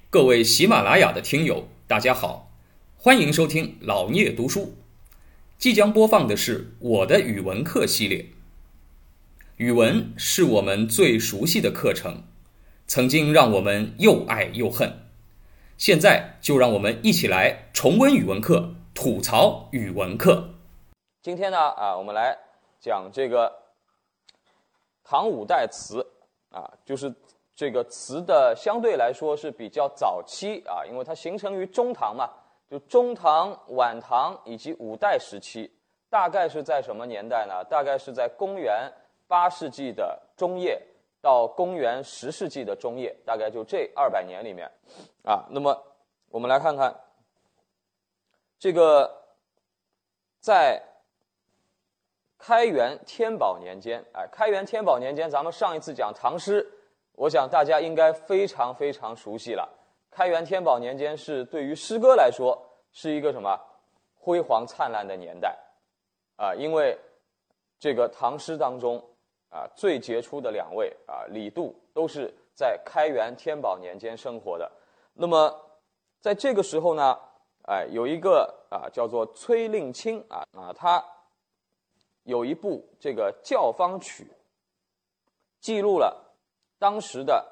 各位喜马拉雅的听友，大家好，欢迎收听老聂读书。即将播放的是我的语文课系列。语文是我们最熟悉的课程，曾经让我们又爱又恨。现在就让我们一起来重温语文课，吐槽语文课。 今天呢，我们来讲这个唐五代词就是这个词的相对来说是比较早期因为它形成于中唐嘛，就中唐、晚唐以及五代时期，大概是在什么年代呢？大概是在公元8世纪的中叶到公元10世纪的中叶，大概就这200年里面那么我们来看看这个在开元天宝年间，开元天宝年间，咱们上一次讲唐诗，我想大家应该非常非常熟悉了。开元天宝年间是对于诗歌来说是一个什么辉煌灿烂的年代因为这个唐诗当中最杰出的2位李杜都是在开元天宝年间生活的。那么在这个时候呢，有一个叫做崔令钦他有一部这个教坊曲，记录了当时的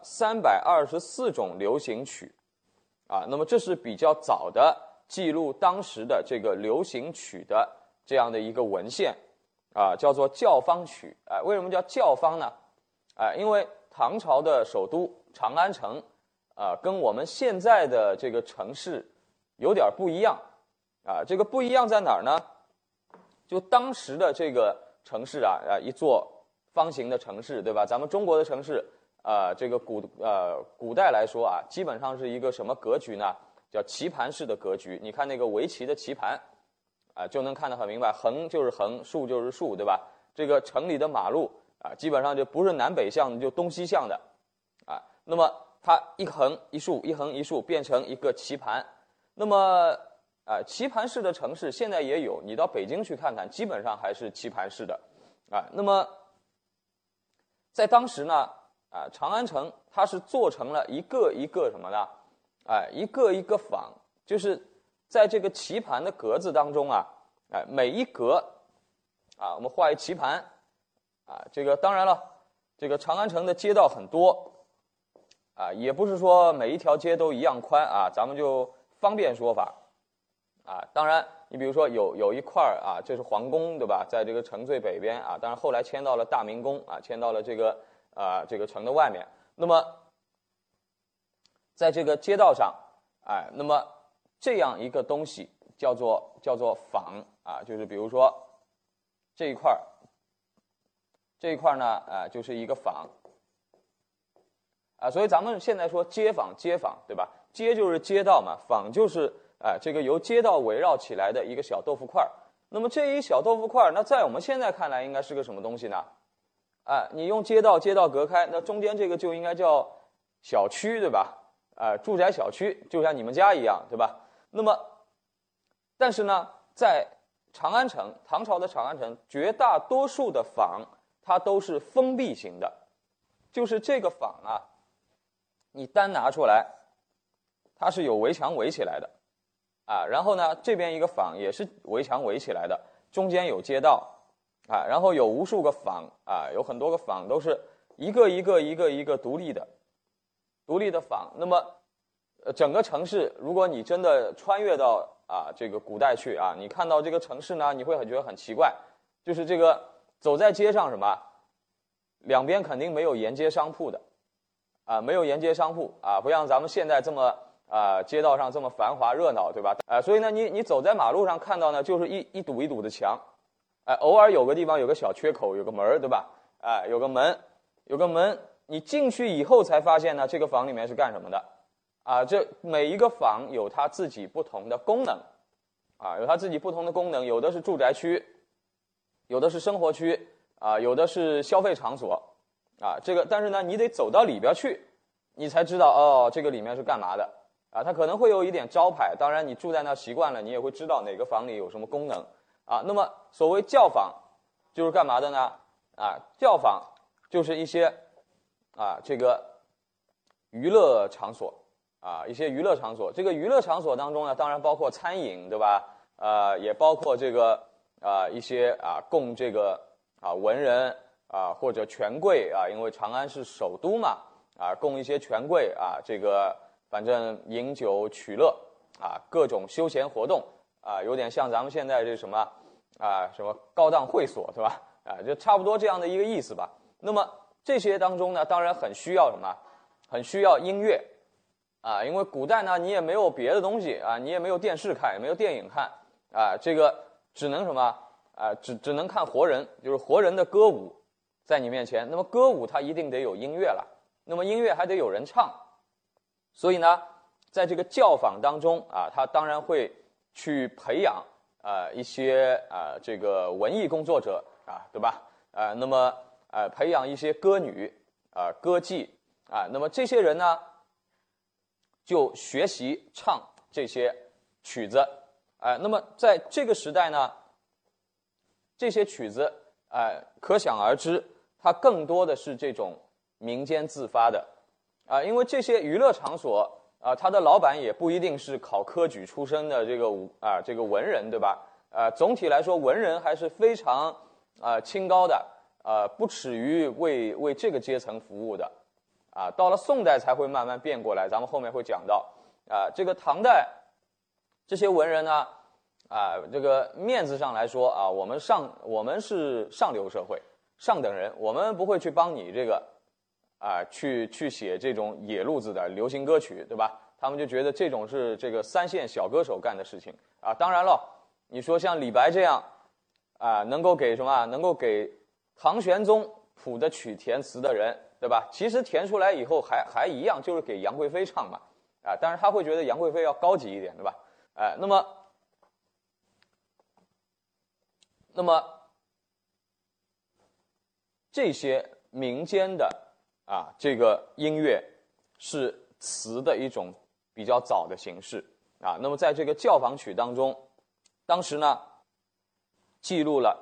324种流行曲那么这是比较早的记录当时的这个流行曲的这样的一个文献叫做教坊曲为什么叫教坊呢？因为唐朝的首都长安城跟我们现在的这个城市有点不一样这个不一样在哪儿呢？就当时的这个城市一座方形的城市，对吧？咱们中国的城市这个古代来说基本上是一个什么格局呢？叫棋盘式的格局。你看那个围棋的棋盘就能看得很明白，横就是横，竖就是竖，对吧？这个城里的马路基本上就不是南北向，就东西向的那么它一横一竖，一横一竖变成一个棋盘。那么棋盘式的城市现在也有，你到北京去看看，基本上还是棋盘式的那么在当时呢长安城它是做成了一个一个什么呢一个一个坊，就是在这个棋盘的格子当中每一格我们画一棋盘这个当然了，这个长安城的街道很多也不是说每一条街都一样宽咱们就方便说法当然你比如说有一块这是皇宫，对吧？在这个城最北边当然后来迁到了大明宫迁到了这个城的外面。那么在这个街道上那么这样一个东西叫做坊就是比如说这一块呢就是一个坊所以咱们现在说街坊，对吧？街就是街道嘛，坊就是这个由街道围绕起来的一个小豆腐块。那么这一小豆腐块，那在我们现在看来应该是个什么东西呢？你用街道隔开，那中间这个就应该叫小区，对吧？住宅小区，就像你们家一样，对吧？那么但是呢，在长安城，唐朝的长安城，绝大多数的坊它都是封闭型的，就是这个坊你单拿出来它是有围墙围起来的然后呢这边一个坊也是围墙围起来的，中间有街道然后有无数个坊有很多个坊都是一个一个独立的坊。那么整个城市如果你真的穿越到这个古代去你看到这个城市呢，你会觉得很奇怪，就是这个走在街上什么两边肯定没有沿街商铺的没有沿街商铺不像咱们现在这么街道上这么繁华热闹，对吧所以呢你走在马路上看到呢就是一堵一堵的墙偶尔有个地方有个小缺口，有个门，对吧有个门你进去以后才发现呢这个坊里面是干什么的这每一个坊有它自己不同的功能有它自己不同的功能，有的是住宅区，有的是生活区有的是消费场所这个但是呢你得走到里边去你才知道这个里面是干嘛的它可能会有一点招牌，当然你住在那习惯了，你也会知道哪个坊里有什么功能那么所谓教坊就是干嘛的呢教坊就是一些这个娱乐场所一些娱乐场所。这个娱乐场所当中呢，当然包括餐饮，对吧？也包括这个一些供这个文人或者权贵因为长安是首都嘛供一些权贵这个反正饮酒取乐各种休闲活动有点像咱们现在这什么什么高档会所，对吧？就差不多这样的一个意思吧。那么这些当中呢，当然很需要什么？很需要音乐因为古代呢，你也没有别的东西你也没有电视看，也没有电影看这个只能什么只能看活人，就是活人的歌舞在你面前。那么歌舞它一定得有音乐了，那么音乐还得有人唱，所以呢，在这个教坊当中他当然会去培养一些这个文艺工作者对吧？那么培养一些歌女歌妓那么这些人呢，就学习唱这些曲子那么在这个时代呢，这些曲子可想而知，它更多的是这种民间自发的因为这些娱乐场所它的老板也不一定是考科举出身的这个文人，对吧？总体来说，文人还是非常清高的不耻于为这个阶层服务的到了宋代才会慢慢变过来，咱们后面会讲到这个唐代这些文人呢这个面子上来说我们是上流社会上等人，我们不会去帮你这个去写这种野路子的流行歌曲，对吧？他们就觉得这种是这个三线小歌手干的事情当然了，你说像李白这样能够给什么？能够给唐玄宗谱的曲填词的人，对吧？其实填出来以后还一样，就是给杨贵妃唱嘛但是他会觉得杨贵妃要高级一点，对吧？那么这些民间的这个音乐是词的一种比较早的形式那么在这个教坊曲当中，当时呢记录了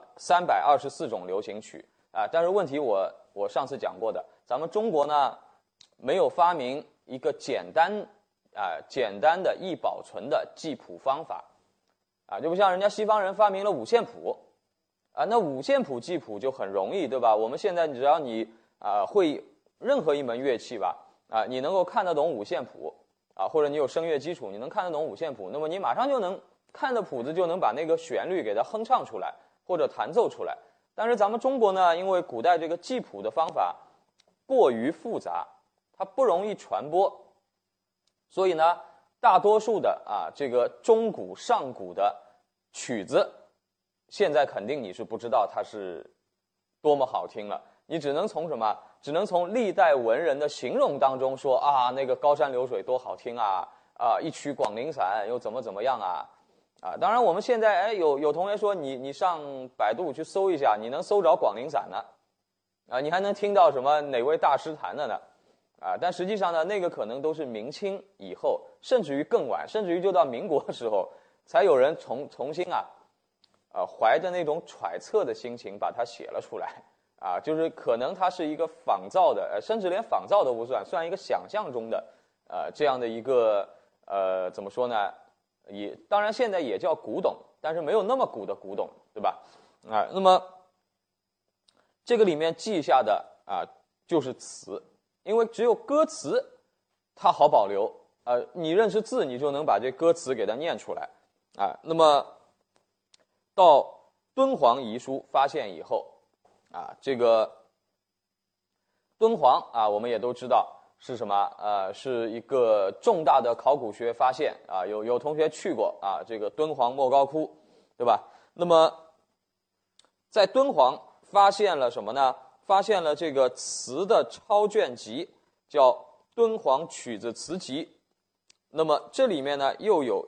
324种流行曲但是问题我上次讲过的，咱们中国呢没有发明一个简单的易保存的记谱方法就不像人家西方人发明了五线谱那五线谱记谱就很容易，对吧？我们现在只要你会任何一门乐器吧你能够看得懂五线谱或者你有声乐基础，你能看得懂五线谱，那么你马上就能看着谱子就能把那个旋律给它哼唱出来或者弹奏出来。但是咱们中国呢，因为古代这个记谱的方法过于复杂，它不容易传播，所以呢大多数的这个中古上古的曲子，现在肯定你是不知道它是多么好听了，你只能从什么？只能从历代文人的形容当中说那个高山流水多好听一曲广陵散又怎么样当然我们现在有同学说你上百度去搜一下，你能搜着广陵散呢你还能听到什么哪位大师弹的呢但实际上呢，那个可能都是明清以后，甚至于更晚，甚至于就到民国的时候，才有人重新怀着那种揣测的心情把它写了出来就是可能它是一个仿造的甚至连仿造都不算一个想象中的这样的一个怎么说呢？当然现在也叫古董，但是没有那么古的古董，对吧？那么这个里面记下的就是词，因为只有歌词它好保留你认识字，你就能把这歌词给它念出来那么到敦煌遗书发现以后这个敦煌我们也都知道是什么是一个重大的考古学发现有同学去过这个敦煌莫高窟，对吧？那么在敦煌发现了什么呢？发现了这个词的抄卷集，叫《敦煌曲子词集》。那么这里面呢又有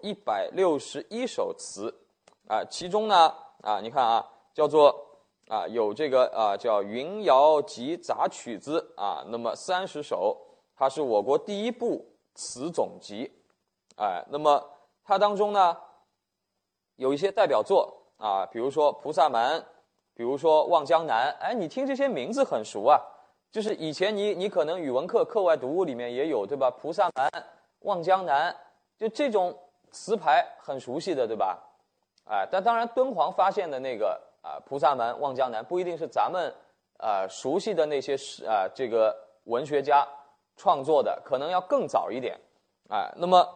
161首词其中呢你看叫做有这个叫《云瑶集杂曲子》那么30首，它是我国第一部词总集那么它当中呢有一些代表作比如说《菩萨蛮》，比如说《望江南》你听这些名字很熟就是以前你可能语文课课外读物里面也有，对吧？《菩萨蛮》 望江南，就这种词牌很熟悉的，对吧？但当然敦煌发现的那个菩萨蛮、望江南不一定是咱们熟悉的那些这个文学家创作的，可能要更早一点。那么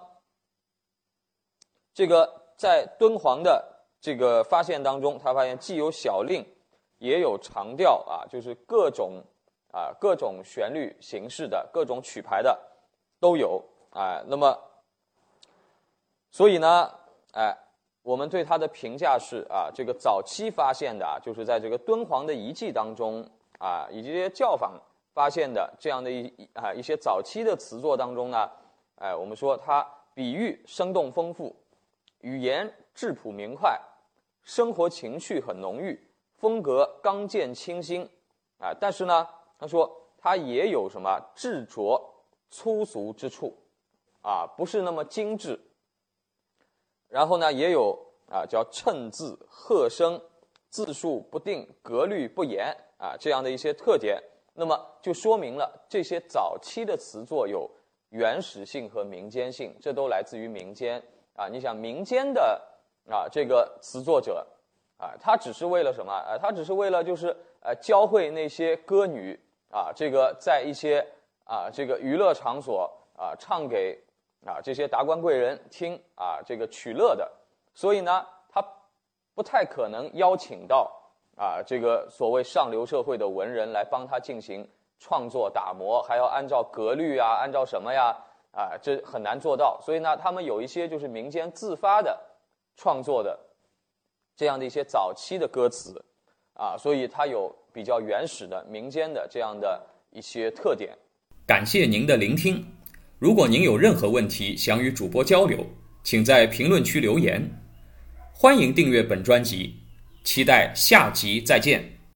这个在敦煌的这个发现当中，他发现既有小令，也有长调就是各种旋律形式的、各种曲牌的都有那么所以呢我们对他的评价是这个早期发现的就是在这个敦煌的遗迹当中以及这些教坊发现的这样的一些早期的词作当中呢，我们说它比喻生动丰富，语言质朴明快，生活情趣很浓郁，风格刚健清新但是呢，他说它也有什么稚拙粗俗之处不是那么精致。然后呢，也有叫衬字、和声、字数不定、格律不严这样的一些特点。那么就说明了这些早期的词作有原始性和民间性，这都来自于民间你想民间的这个词作者他只是为了什么他只是为了就是教会那些歌女这个在一些这个娱乐场所唱给这些达官贵人听这个取乐的，所以呢他不太可能邀请到这个所谓上流社会的文人来帮他进行创作打磨，还要按照格律按照什么呀这很难做到。所以呢他们有一些就是民间自发的创作的这样的一些早期的歌词所以它有比较原始的民间的这样的一些特点。 感谢您的聆听，如果您有任何问题想与主播交流，请在评论区留言。欢迎订阅本专辑，期待下集再见。